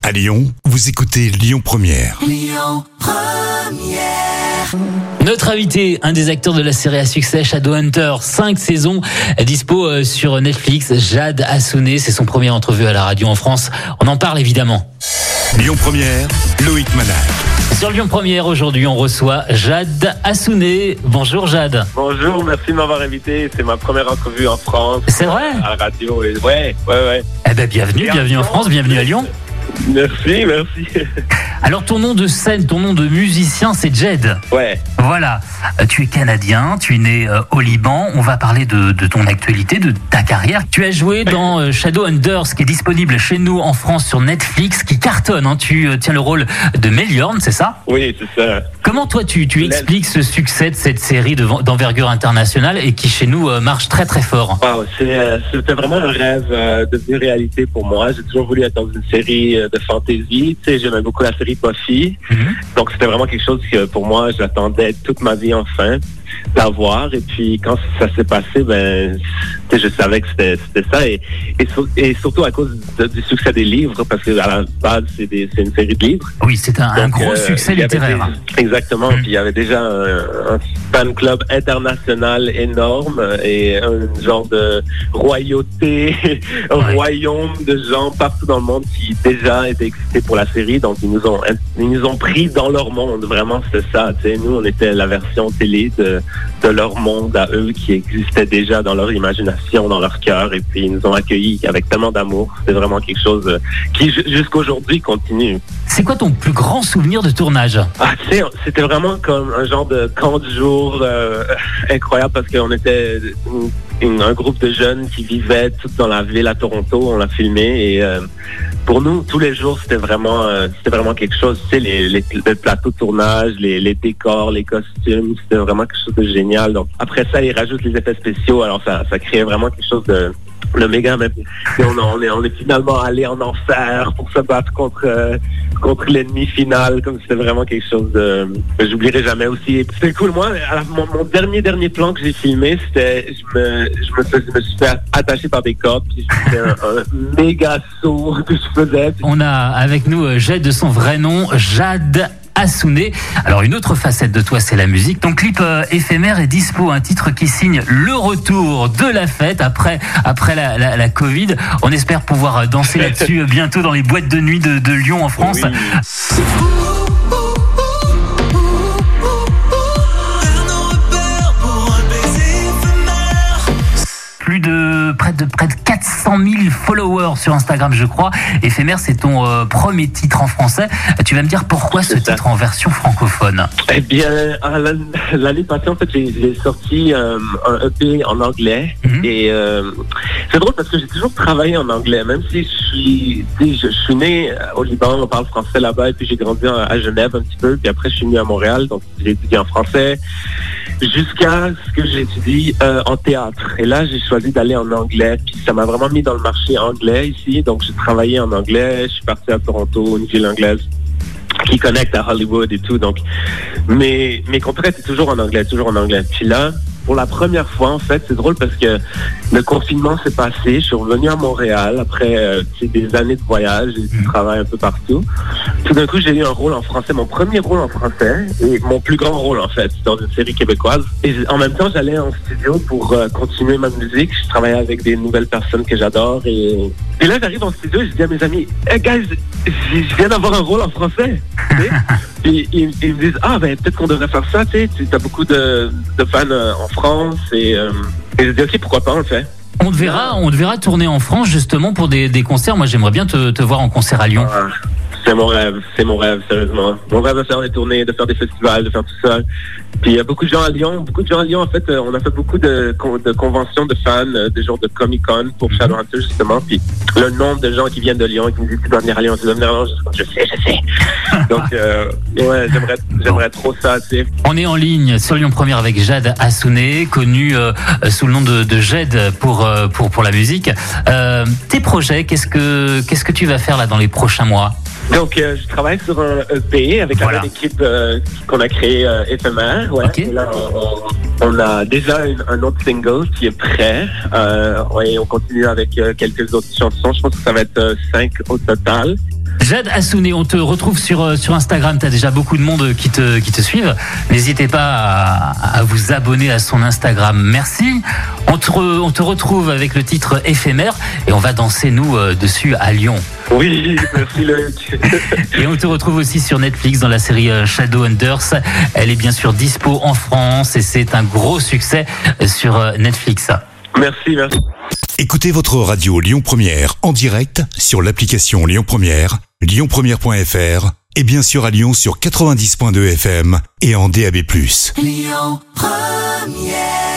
À Lyon, vous écoutez Lyon Première. Lyon Première. Notre invité, un des acteurs de la série à succès Shadowhunter, 5 saisons, dispo sur Netflix, Jade Assouné, c'est son premier entrevue à la radio en France. On en parle évidemment. Lyon Première, Loïc Manac. Sur Lyon Première, aujourd'hui, on reçoit Jade Assouné. Bonjour Jade. Bonjour, merci de m'avoir invité. C'est ma première entrevue en France. C'est vrai? À la radio. Ouais. Eh ben, bienvenue en France, bienvenue à Lyon. Merci. Alors ton nom de scène, ton nom de musicien, c'est Jed. Ouais. Voilà, tu es canadien, tu es né au Liban. On va parler de ton actualité, de ta carrière. Tu as joué dans Shadowhunters, qui est disponible chez nous en France sur Netflix, qui cartonne. Hein. Tu tiens le rôle de Meliorn, c'est ça? Oui, c'est ça. Comment toi tu expliques ce succès de cette série d'envergure internationale et qui chez nous marche très très fort? Wow, c'était vraiment un rêve devenu réalité pour moi. J'ai toujours voulu être dans une série de fantasy. Tu sais, j'aimais beaucoup la série Buffy. Donc c'était vraiment quelque chose que pour moi j'attendais toute ma vie enfin d'avoir. Et puis quand ça s'est passé, je savais que c'était ça et surtout à cause du succès des livres, parce que à la base c'est une série de livres. Oui, c'est un gros succès littéraire. Exactement. Puis il y avait déjà un fan club international énorme et un genre de royauté, un royaume de gens partout dans le monde qui déjà étaient excités pour la série. Donc ils nous ont pris dans leur monde. Vraiment, c'était ça. Tu sais, nous on était la version télé de leur monde à eux qui existait déjà dans leur imagination, dans leur cœur, et puis ils nous ont accueillis avec tellement d'amour. C'est vraiment quelque chose qui jusqu'aujourd'hui continue. C'est quoi ton plus grand souvenir de tournage? Tu sais, c'était vraiment comme un genre de camp de jour incroyable, parce qu'on était un groupe de jeunes qui vivaient tous dans la ville à Toronto. On l'a filmé et pour nous, tous les jours, c'était vraiment quelque chose. Tu sais, le plateau de tournage, les décors, les costumes, c'était vraiment quelque chose de génial. Donc après ça, ils rajoutent les effets spéciaux. Alors ça créait vraiment quelque chose de méga. Même on est finalement allé en enfer pour se battre contre l'ennemi final. Comme c'était vraiment quelque chose que j'oublierai jamais aussi. C'était cool. Moi, mon dernier plan que j'ai filmé, c'était je me suis fait attacher par des cordes, puis je faisais un méga saut que je faisais. On a avec nous Jade de son vrai nom, Jade Assouné. Alors une autre facette de toi, c'est la musique. Ton clip éphémère est dispo, un titre qui signe le retour de la fête après la Covid. On espère pouvoir danser là-dessus bientôt dans les boîtes de nuit de Lyon en France. Oui. Près de 400 000 followers sur Instagram, je crois. Éphémère, c'est ton premier titre en français. Tu vas me dire pourquoi ce titre en version francophone? Eh bien, l'année passée, en fait, j'ai sorti un EP en anglais. Et c'est drôle parce que j'ai toujours travaillé en anglais, même si je suis né au Liban, on parle français là-bas, et puis j'ai grandi à Genève un petit peu, puis après je suis venu à Montréal, donc j'ai étudié en français jusqu'à ce que j'étudie en théâtre. Et là, j'ai choisi d'aller en anglais, puis ça m'a vraiment mis dans le marché anglais ici. Donc j'ai travaillé en anglais, je suis parti à Toronto, une ville anglaise qui connecte à Hollywood et tout. Donc mes contrats étaient toujours en anglais. Puis là, pour la première fois, en fait, c'est drôle parce que le confinement s'est passé. Je suis revenu à Montréal après des années de voyage et de travail un peu partout. Tout d'un coup, j'ai eu un rôle en français, mon premier rôle en français et mon plus grand rôle, en fait, dans une série québécoise. Et en même temps, j'allais en studio pour continuer ma musique. Je travaillais avec des nouvelles personnes que j'adore. Et là, j'arrive en studio et je dis à mes amis, « Hey guys, je viens d'avoir un rôle en français. » Puis ils me disent, peut-être qu'on devrait faire ça, tu as beaucoup de fans en France, et je dis, ok, pourquoi pas, on le fait. On te verra tourner en France justement pour des concerts. Moi, j'aimerais bien te voir en concert à Lyon. C'est mon rêve, sérieusement. Mon rêve de faire des tournées, de faire des festivals, de faire tout ça. Puis il y a beaucoup de gens à Lyon, en fait, on a fait beaucoup de conventions de fans, des jours de Comic-Con pour Shadowhunter, justement. Puis le nombre de gens qui viennent de Lyon et qui me disent, tu dois venir à Lyon, je sais. Donc, j'aimerais trop ça, tu sais. On est en ligne sur Lyon Première avec Jade Assouné, connue sous le nom de Jade pour la musique. Tes projets, qu'est-ce que tu vas faire là dans les prochains mois? Donc, je travaille sur un EP avec la même équipe qu'on a créé éphémère. Ouais. Okay. Et là, on a déjà un autre single qui est prêt. Et on continue avec quelques autres chansons. Je pense que ça va être 5 au total. Jade Assouné, on te retrouve sur Instagram. Tu as déjà beaucoup de monde qui te suivent. N'hésitez pas à vous abonner à son Instagram. Merci. On te retrouve avec le titre Éphémère et on va danser, nous, dessus à Lyon. Oui, merci Loïc. Et on te retrouve aussi sur Netflix dans la série Shadowhunters. Elle est bien sûr dispo en France et c'est un gros succès sur Netflix. Merci. Écoutez votre radio Lyon Première en direct sur l'application Lyon Première, lyonpremière.fr et bien sûr à Lyon sur 90.2 FM et en DAB+. Lyon Première.